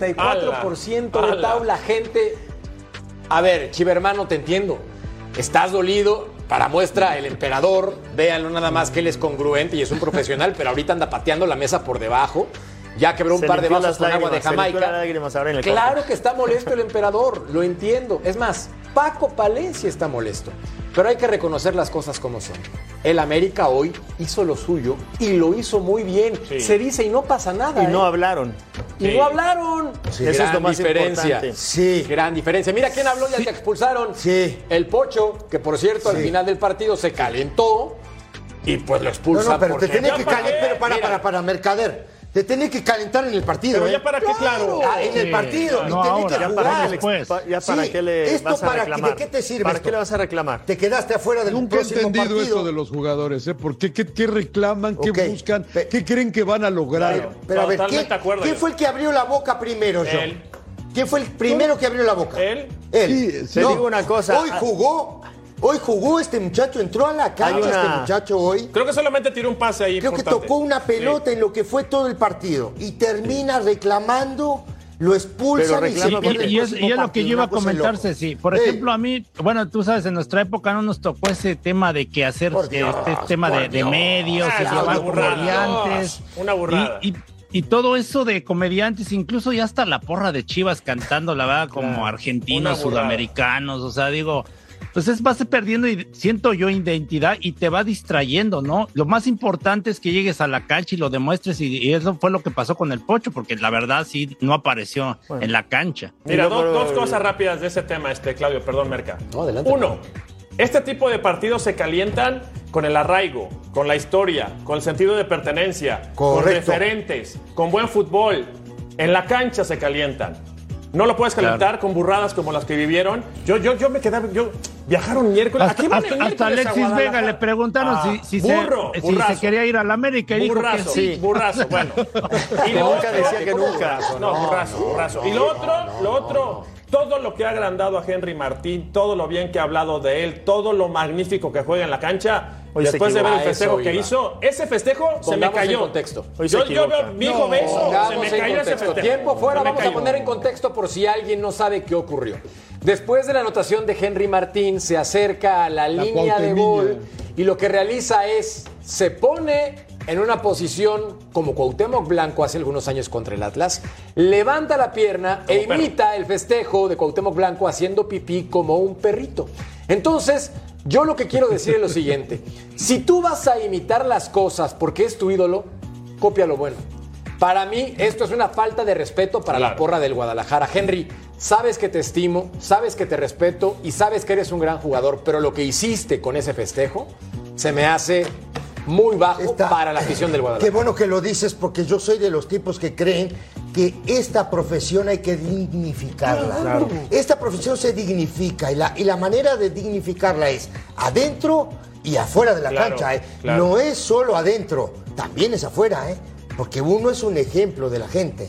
74% de tabla, gente. A ver, Chivermano, te entiendo. Estás dolido. Para muestra, el emperador. Véanlo nada más que él es congruente y es un profesional, pero ahorita anda pateando la mesa por debajo. Ya quebró un par de vasos con agua de Jamaica. Claro que está molesto el emperador, lo entiendo. Es más, Paco Palencia está molesto. Pero hay que reconocer las cosas como son. El América hoy hizo lo suyo y lo hizo muy bien. Sí. Se dice y no pasa nada. Y no hablaron. Y no hablaron. Sí, eso es lo más importante. Sí. Gran diferencia. Mira quién habló, ya te expulsaron. Sí. El Pocho, que por cierto al final del partido se calentó y pues lo expulsa. No, pero te tenés que calentar, pero para Mercader. Te tenés que calentar en el partido. Pero ya para qué, claro. En el partido. No, y tenés que jugar. ¿Para qué le vas a reclamar? ¿De qué te sirve ¿Para esto? qué le vas a reclamar? Te quedaste afuera del Nunca he próximo entendido partido. eso de los jugadores, ¿eh? ¿Por qué? ¿Qué reclaman? ¿Qué buscan? ¿Qué creen que van a lograr? Pero a ver, ¿quién fue el que abrió la boca primero, John? Él. ¿Quién fue el primero que abrió la boca? Él. Él. Sí, te digo una cosa. Hoy jugó este muchacho, entró a la cancha este muchacho hoy. Cry que solamente tiró un pase ahí. Creo importante. Que tocó una pelota en lo que fue todo el partido y termina reclamando, lo expulsan y se pierde y es lo que yo iba a comentarse, sí. Por ejemplo, a mí, bueno, tú sabes, en nuestra época no nos tocó ese tema de que hacer tema de medios y llevar comediantes. Una burrada. Y todo eso de comediantes, incluso ya hasta la porra de Chivas cantando, la verdad, como argentinos, sudamericanos, o sea, digo... Pues vas perdiendo, siento yo, identidad y te va distrayendo, ¿no? Lo más importante es que llegues a la cancha y lo demuestres y eso fue lo que pasó con el Pocho, porque la verdad sí no apareció en la cancha. Mira, dos cosas rápidas de ese tema, Claudio, perdón, Merca. No, adelante. Uno, este tipo de partidos se calientan con el arraigo, con la historia, con el sentido de pertenencia, con referentes, con buen fútbol. En la cancha se calientan. No lo puedes calentar con burradas como las que vivieron. Yo me quedaba... Viajaron miércoles. Hasta Alexis Vega le preguntaron si se quería ir a la América y dijo que sí. Burrazo, bueno. Y nunca decía que nunca. No, burrazo. Y lo otro, todo lo que ha agrandado a Henry Martín, todo lo bien que ha hablado de él, todo lo magnífico que juega en la cancha, después de ver el festejo que hizo, ese festejo se me cayó. Contexto. Yo veo, mi hijo ve eso, se me cayó ese festejo. Tiempo fuera, vamos a poner en contexto por si alguien no sabe qué ocurrió. Después de la anotación de Henry Martín, se acerca a la línea de gol y lo que realiza es, se pone en una posición como Cuauhtémoc Blanco hace algunos años contra el Atlas, levanta la pierna e imita el festejo de Cuauhtémoc Blanco haciendo pipí como un perrito. Entonces, yo lo que quiero decir es lo siguiente, si tú vas a imitar las cosas porque es tu ídolo, copia lo bueno. Para mí, esto es una falta de respeto para la porra del Guadalajara. Henry, sabes que te estimo, sabes que te respeto y sabes que eres un gran jugador, pero lo que hiciste con ese festejo se me hace muy bajo para la afición del Guadalajara. Qué bueno que lo dices porque yo soy de los tipos que creen que esta profesión hay que dignificarla. Claro. Esta profesión se dignifica y la manera de dignificarla es adentro y afuera de la cancha. Claro. No es solo adentro, también es afuera, porque uno es un ejemplo de la gente.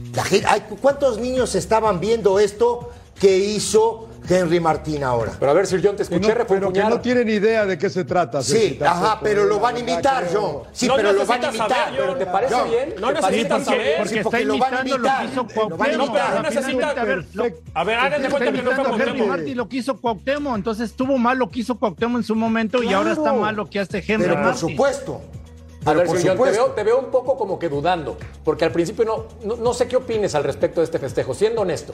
¿Cuántos niños estaban viendo esto que hizo Henry Martín ahora? Pero a ver, Sir John, te escuché pero que no tienen idea de qué se trata. Sí, pero lo van a imitar, John. Sí, pero lo van a imitar. ¿Pero te parece bien? No necesitas saber. Porque está imitando lo que hizo Cuauhtémoc. No necesitas. A ver, hagan de cuenta que no fue Cuauhtémoc. Martín lo que hizo Cuauhtémoc, entonces estuvo mal lo que hizo Cuauhtémoc en su momento y ahora está mal lo que hace Henry Martín. Por supuesto. A ver, Sir John, te veo un poco como que dudando, porque al principio no sé qué opines al respecto de este festejo, siendo honesto.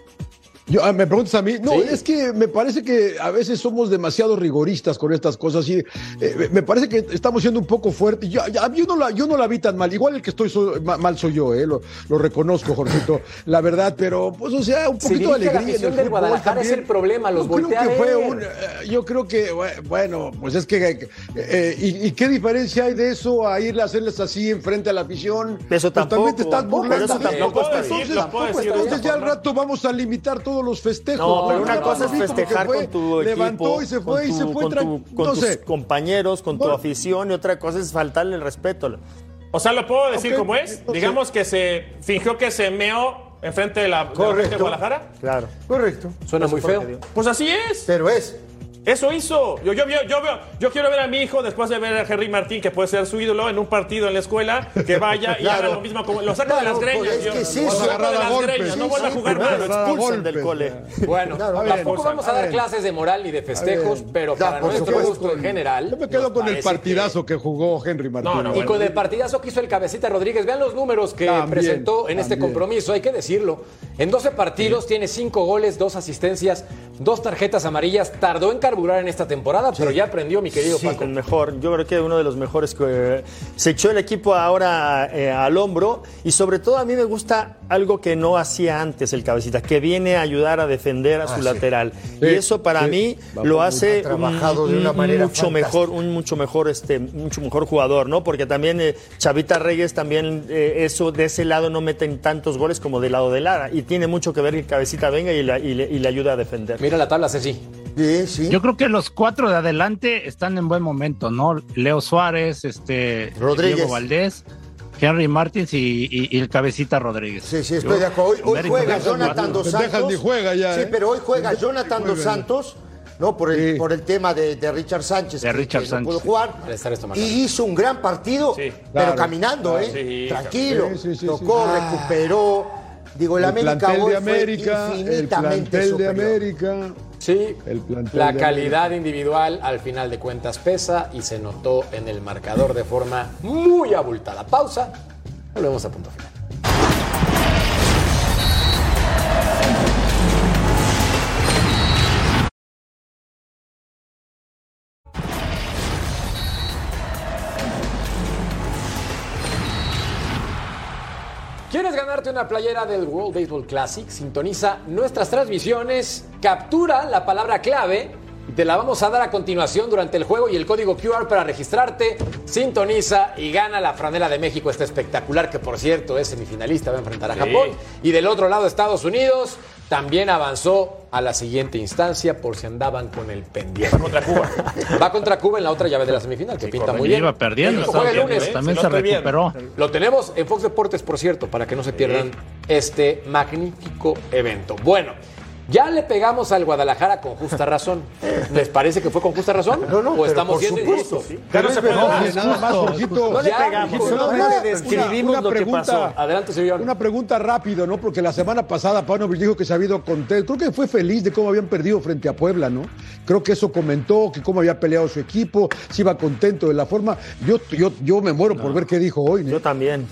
¿Me preguntas a mí? No, ¿Sí? Es que me parece que a veces somos demasiado rigoristas con estas cosas y me parece que estamos siendo un poco fuertes. Yo no la vi tan mal. Igual el que estoy mal soy yo, lo reconozco, Jorgito, la verdad, pero pues o sea, un poquito de alegría. La afición del Guadalajara es el problema, los voltea a ver. Yo creo que, bueno, pues es que ¿y qué diferencia hay de eso a irle a hacerles así enfrente a la afición? Eso pues tampoco. También te estás burlando. Eso tampoco está bien. Entonces ya al rato vamos a limitar todos los festejos. No, pero una cosa es festejar con tu levantó equipo, y se fue, con tus compañeros, con tu afición, y otra cosa es faltarle el respeto. O sea, lo puedo decir como es. Digamos que se fingió que se meó enfrente de la gente de Guadalajara. Claro. Correcto. Suena muy feo. Pues así es. Pero es. Eso hizo. Yo quiero ver a mi hijo después de ver a Henry Martín, que puede ser su ídolo en un partido en la escuela, que vaya y haga lo mismo, como lo saca de las greñas. Es que sí, lo saca de las greñas, no vuelve a jugar más. Lo expulsan del cole. Bueno, tampoco vamos a dar clases de moral ni de festejos, pero para nuestro gusto en general. Yo me quedo con el partidazo que jugó Henry Martín. Y con el partidazo que hizo el Cabecita Rodríguez. Vean los números que presentó en este compromiso, hay que decirlo. En 12 partidos tiene 5 goles, 2 asistencias, 2 tarjetas amarillas. Tardó en carburar en esta temporada, pero ya aprendió, mi querido Paco. El mejor, yo creo que uno de los mejores que se echó el equipo ahora al hombro, y sobre todo a mí me gusta algo que no hacía antes el Cabecita, que viene a ayudar a defender a su lateral. Y eso para mí lo hace mucho mejor jugador, ¿no? Porque también Chavita Reyes también eso de ese lado no meten tantos goles como del lado de Lara, y tiene mucho que ver que el Cabecita venga y le ayuda a defender. Mira la tabla, Ceci. Sí. Yo creo que los 4 de adelante están en buen momento, ¿no? Leo Suárez, Rodríguez, Diego Valdés, Henry Martins y el Cabecita Rodríguez. Sí, estoy de acuerdo. Hoy juega Jonathan Dos Santos. Ni juega ya, sí, pero hoy juega Jonathan Dos Santos, ¿no? Por el tema de Richard Sánchez. De Richard Sánchez. No pudo jugar. Y hizo un gran partido, pero caminando, tranquilo. Tocó, recuperó. Digo, el América hoy fue infinitamente superior. Sí, la calidad individual al final de cuentas pesa y se notó en el marcador de forma muy abultada. Pausa, volvemos a punto final. ¿Quieres ganarte una playera del World Baseball Classic? Sintoniza nuestras transmisiones, captura la palabra clave y te la vamos a dar a continuación durante el juego y el código QR para registrarte. Sintoniza y gana la franela de México, esta espectacular que por cierto es semifinalista, va a enfrentar a Japón. Y del otro lado Estados Unidos también avanzó a la siguiente instancia por si andaban con el pendiente. Va contra Cuba. Va contra Cuba en la otra llave de la semifinal, que pinta muy bien. Iba perdiendo, juega el lunes. también se recuperó. Lo tenemos en Fox Deportes, por cierto, para que no se pierdan este magnífico evento. Bueno, ya le pegamos al Guadalajara con justa razón. ¿Les parece que fue con justa razón? No, ¿O estamos siendo injustos? Pero es verdad, nada más, Jorgito. No le pegamos, solamente describimos lo que pasó. Adelante, señor. Una pregunta rápido, ¿no? Porque la semana pasada Paunovic dijo que se había ido contento. Creo que fue feliz de cómo habían perdido frente a Puebla, ¿no? creo que eso comentó, que cómo había peleado su equipo, si iba contento de la forma. Yo me muero por ver qué dijo hoy, ¿no? Yo también.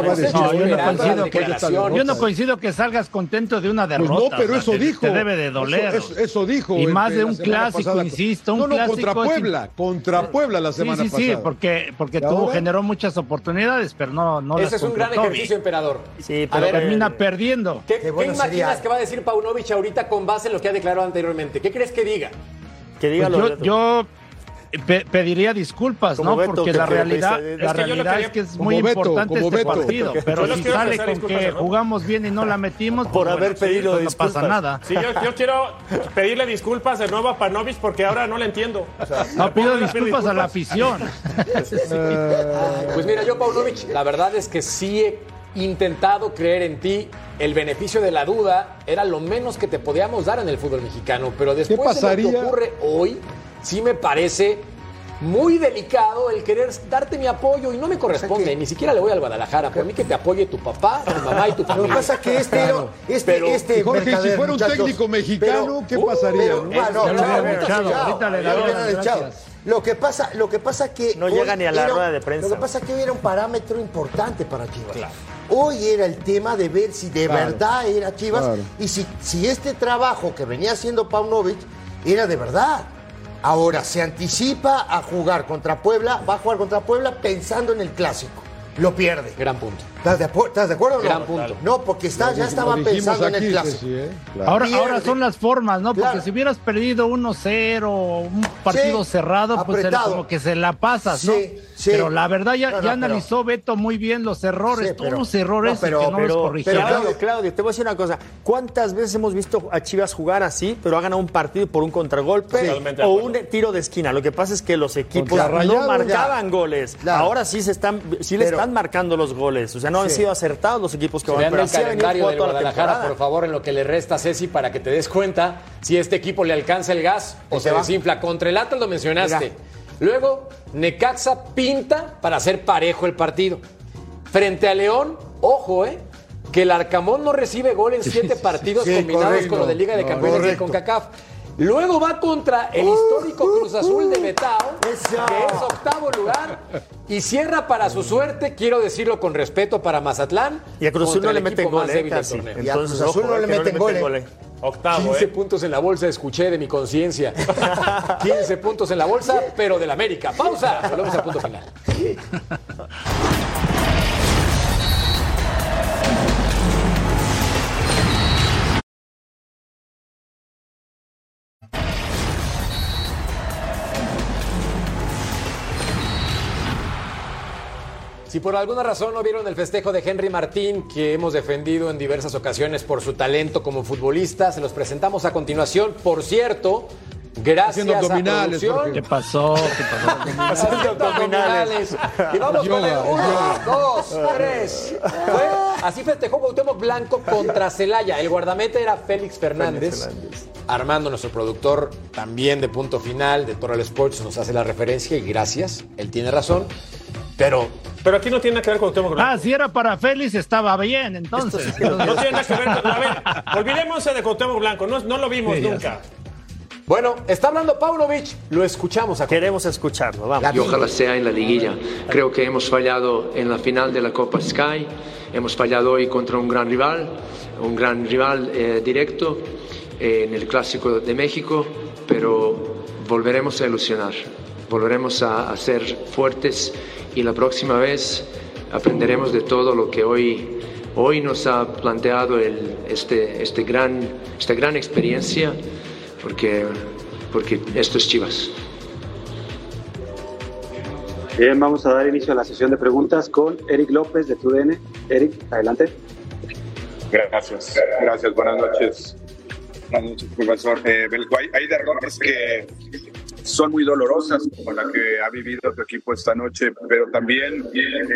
Yo no coincido que salgas contento de una derrota. Pues no, pero eso dijo. Te debe de doler. Eso dijo. Y más de un clásico, insisto. Contra Puebla la semana pasada. Sí, porque generó muchas oportunidades, pero no ese es un gran ejercicio, emperador. Sí, pero termina perdiendo. ¿Qué imaginas que va a decir Paunovic ahorita con base en lo que ha declarado anteriormente? ¿Qué crees que diga? Yo pediría disculpas, ¿no? Porque la realidad es que es muy importante este partido. Pero si sale con que jugamos bien y no la metimos, por haber pedido disculpas. No pasa nada. Sí, yo quiero pedirle disculpas de nuevo a Paunovic porque ahora no le entiendo. No pido disculpas a la afición. Pues mira, yo, Paunovic, la verdad es que sí he intentado creer en ti. El beneficio de la duda era lo menos que te podíamos dar en el fútbol mexicano, pero después de lo que ocurre hoy, sí me parece muy delicado el querer darte mi apoyo y no me corresponde, ni siquiera le voy al Guadalajara, por mí que te apoye tu papá, tu mamá y tu familia. Lo que pasa es que Jorge, si fuera un técnico mexicano, ¿qué pasaría? Lo que pasa que no llega ni a la rueda de prensa. Lo que pasa es que hoy era un parámetro importante para Chivas. Claro. Hoy era el tema de ver si de verdad era Chivas y si este trabajo que venía haciendo Paunovic era de verdad. Ahora se anticipa a jugar contra Puebla, va a jugar contra Puebla pensando en el clásico. Lo pierde. Gran punto. ¿Estás de acuerdo o no? Gran punto. No, porque ya estaban pensando en el clásico. Claro. Ahora son las formas, ¿no? Porque si hubieras perdido 1-0, un partido cerrado, pues era como que se la pasas, ¿no? Sí. Pero la verdad ya analizó Beto muy bien los errores, todos los errores que no los corrigió. Claudio, te voy a decir una cosa. ¿Cuántas veces hemos visto a Chivas jugar así, pero ha ganado un partido por un contragolpe o un tiro de esquina? Lo que pasa es que los equipos no marcaban goles. Claro. Ahora sí le están marcando los goles. O sea, no han sido acertados los equipos que van a ver el calendario de Guadalajara, por favor, en lo que le resta a Ceci, para que te des cuenta si este equipo le alcanza el gas o se desinfla. Contra el Atlas lo mencionaste. Mira. Luego, Necaxa pinta para hacer parejo el partido. Frente a León, ojo, que el Arcamón no recibe gol en 7 partidos combinados con lo de Liga de Campeones de CONCACAF. Luego va contra el histórico Cruz Azul de Betao, que es 8º lugar, y cierra para su suerte, quiero decirlo con respeto para Mazatlán. Y a Cruz Azul no le meten gol, casi. Y a Cruz Azul no le meten gol. 15 puntos en la bolsa, escuché de mi conciencia. 15 puntos en la bolsa, pero del América. Pausa, volvemos a punto final. Si por alguna razón no vieron el festejo de Henry Martín, que hemos defendido en diversas ocasiones por su talento como futbolista, se los presentamos a continuación. Por cierto, gracias a producción. ¿Qué pasó? Haciendo abdominales. Y vamos con el 1, 2, 3. Así festejó Cuauhtémoc Blanco contra Celaya. El guardameta era Félix Fernández. Armando, nuestro productor, también de Punto Final, de Total Sports, nos hace la referencia y gracias, él tiene razón. Pero aquí no tiene nada que ver con Cuauhtémoc Blanco. Si era para Félix, estaba bien, entonces. No tiene nada que ver con... A ver, olvidémonos de Cuauhtémoc Blanco, no lo vimos nunca. Bueno, está hablando Paunovic, lo escuchamos. Queremos escucharlo, vamos. Y ojalá sea en la liguilla. Creo que hemos fallado en la final de la Copa Sky, hemos fallado hoy contra un gran rival directo en el Clásico de México, pero volveremos a ilusionar, volveremos a ser fuertes y la próxima vez aprenderemos de todo lo que hoy nos ha planteado esta gran experiencia, porque esto es Chivas. Bien, vamos a dar inicio a la sesión de preguntas con Eric López de TUDN. Eric, adelante. Gracias, buenas noches. Buenas noches, profesor. Hay derrotas que son muy dolorosas, como la que ha vivido tu equipo esta noche, pero también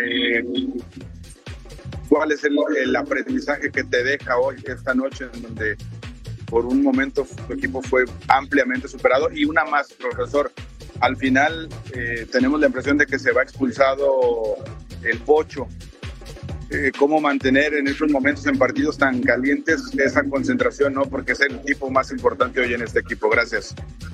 ¿cuál es el aprendizaje que te deja hoy, esta noche, en donde por un momento tu equipo fue ampliamente superado? Y una más, profesor, al final tenemos la impresión de que se va expulsado el Pocho. ¿Cómo mantener en esos momentos, en partidos tan calientes, esa concentración, ¿no? Porque es el tipo más importante hoy en este equipo. Gracias.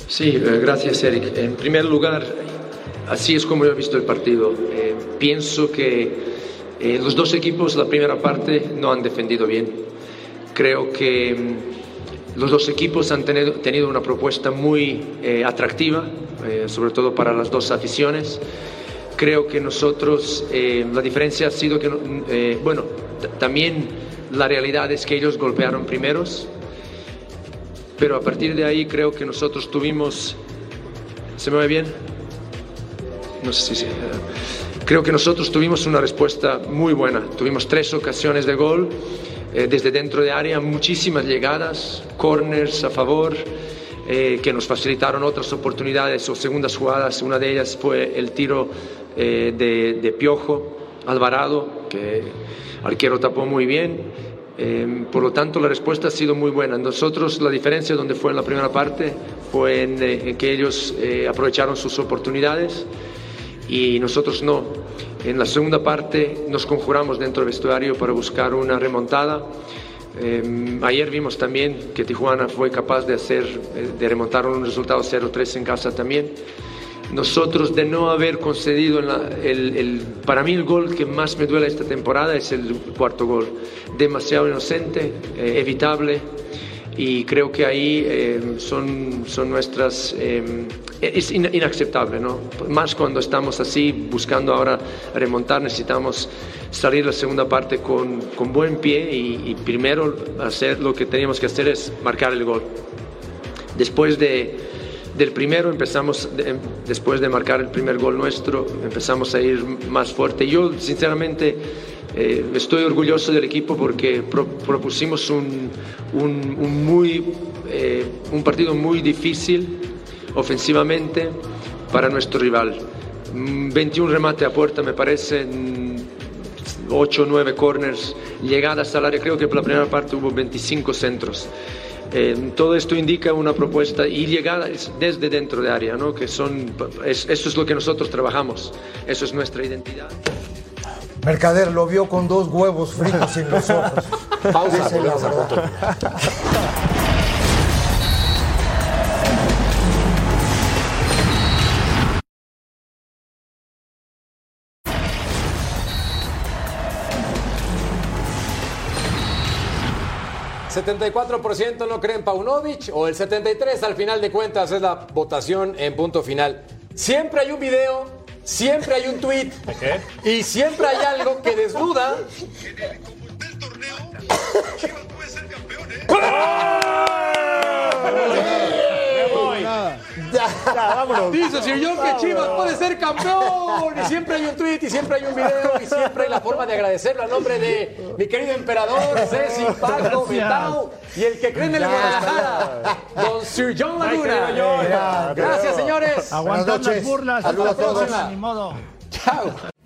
Sí, gracias, Eric. En primer lugar, así es como yo he visto el partido. Pienso que los dos equipos, la primera parte, no han defendido bien. Creo que los dos equipos han tenido una propuesta muy atractiva, sobre todo para las dos aficiones. Creo que nosotros, la diferencia ha sido que, bueno, también la realidad es que ellos golpearon primeros, pero a partir de ahí creo que nosotros tuvimos... ¿Se me ve bien? No sé si... Creo que nosotros tuvimos una respuesta muy buena. Tuvimos 3 ocasiones de gol desde dentro de área, muchísimas llegadas, corners a favor, que nos facilitaron otras oportunidades o segundas jugadas. Una de ellas fue el tiro de Piojo Alvarado, que el arquero tapó muy bien. Por lo tanto, la respuesta ha sido muy buena. Nosotros, la diferencia donde fue en la primera parte fue en que ellos aprovecharon sus oportunidades y nosotros no. En la segunda parte nos conjuramos dentro del vestuario para buscar una remontada. Ayer vimos también que Tijuana fue capaz de remontar un resultado 0-3 en casa también. Nosotros, de no haber concedido, para mí el gol que más me duele esta temporada es el cuarto gol. Demasiado inocente, evitable, y creo que ahí son nuestras... es inaceptable, ¿no? Más cuando estamos así, buscando ahora remontar, necesitamos salir la segunda parte con buen pie y primero hacer lo que teníamos que hacer es marcar el gol. Después del primero después de marcar el primer gol nuestro, empezamos a ir más fuerte. Yo, sinceramente, estoy orgulloso del equipo porque propusimos un partido muy difícil ofensivamente para nuestro rival. 21 remate a puerta, me parece, 8 o 9 corners, llegadas al área. Creo que por la primera parte hubo 25 centros. Todo esto indica una propuesta y llegadas desde dentro de área, ¿no? Eso es lo que nosotros trabajamos, eso es nuestra identidad. Mercader lo vio con 2 huevos fritos en los ojos. Pausa, Esa es la verdad. 74% no cree en Paunovic, o el 73% al final de cuentas es la votación en punto final. Siempre hay un video, siempre hay un tweet, y siempre hay algo que desnuda. Vámonos. Dice Sir John que Chivas puede ser campeón. Y siempre hay un tweet, y siempre hay un video, y siempre hay la forma de agradecerlo a nombre de mi querido emperador, Ceci, Paco, Betao, y el que cree en el Guadalajara, don Sir John Laguna. Gracias, señores. Aguantando las burlas. Saludos a todos. Ni modo. Chao.